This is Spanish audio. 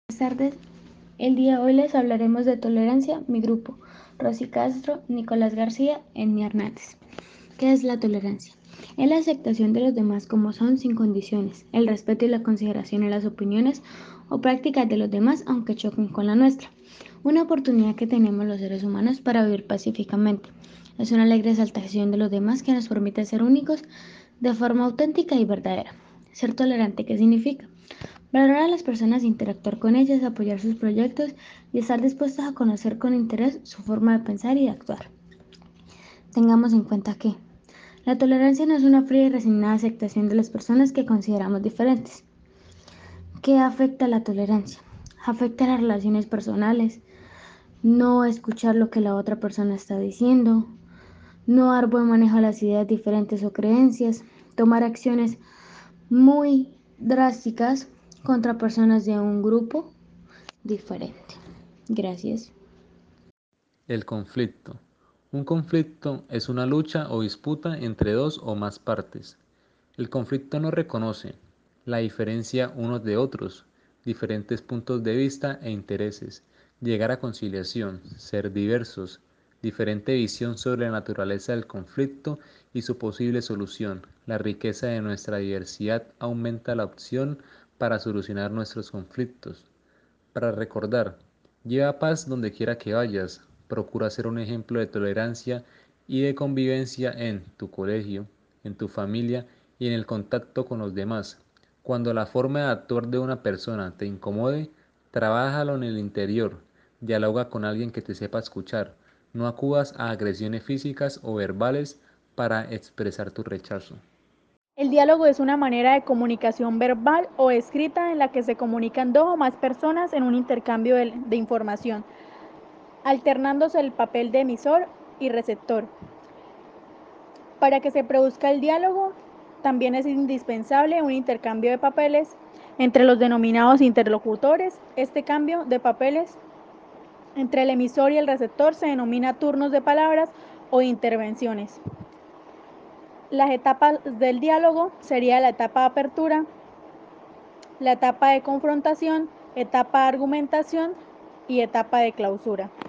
Buenas tardes. El día de hoy les hablaremos de tolerancia, mi grupo, Rosy Castro, Nicolás García, Enmi Hernández. ¿Qué es la tolerancia? Es la aceptación de los demás como son sin condiciones, el respeto y la consideración en las opiniones o prácticas de los demás aunque choquen con la nuestra. Una oportunidad que tenemos los seres humanos para vivir pacíficamente. Es una alegre exaltación de los demás que nos permite ser únicos de forma auténtica y verdadera. Ser tolerante, ¿qué significa? Valorar a las personas, interactuar con ellas, apoyar sus proyectos y estar dispuestos a conocer con interés su forma de pensar y de actuar. Tengamos en cuenta que la tolerancia no es una fría y resignada aceptación de las personas que consideramos diferentes. ¿Qué afecta la tolerancia? Afecta las relaciones personales, no escuchar lo que la otra persona está diciendo, no dar buen manejo a las ideas diferentes o creencias, tomar acciones muy drásticas contra personas de un grupo diferente. Gracias. El conflicto. Un conflicto es una lucha o disputa entre dos o más partes. El conflicto no reconoce la diferencia unos de otros, diferentes puntos de vista e intereses, llegar a conciliación, ser diversos, diferente visión sobre la naturaleza del conflicto y su posible solución. La riqueza de nuestra diversidad aumenta la opción para solucionar nuestros conflictos. Para recordar, lleva paz donde quiera que vayas, procura ser un ejemplo de tolerancia y de convivencia en tu colegio, en tu familia y en el contacto con los demás. Cuando la forma de actuar de una persona te incomode, trabájalo en el interior, dialoga con alguien que te sepa escuchar, no acudas a agresiones físicas o verbales para expresar tu rechazo. El diálogo es una manera de comunicación verbal o escrita en la que se comunican dos o más personas en un intercambio de información, alternándose el papel de emisor y receptor. Para que se produzca el diálogo, también es indispensable un intercambio de papeles entre los denominados interlocutores. Este cambio de papeles entre el emisor y el receptor se denomina turnos de palabras o intervenciones. Las etapas del diálogo sería la etapa de apertura, la etapa de confrontación, etapa de argumentación y etapa de clausura.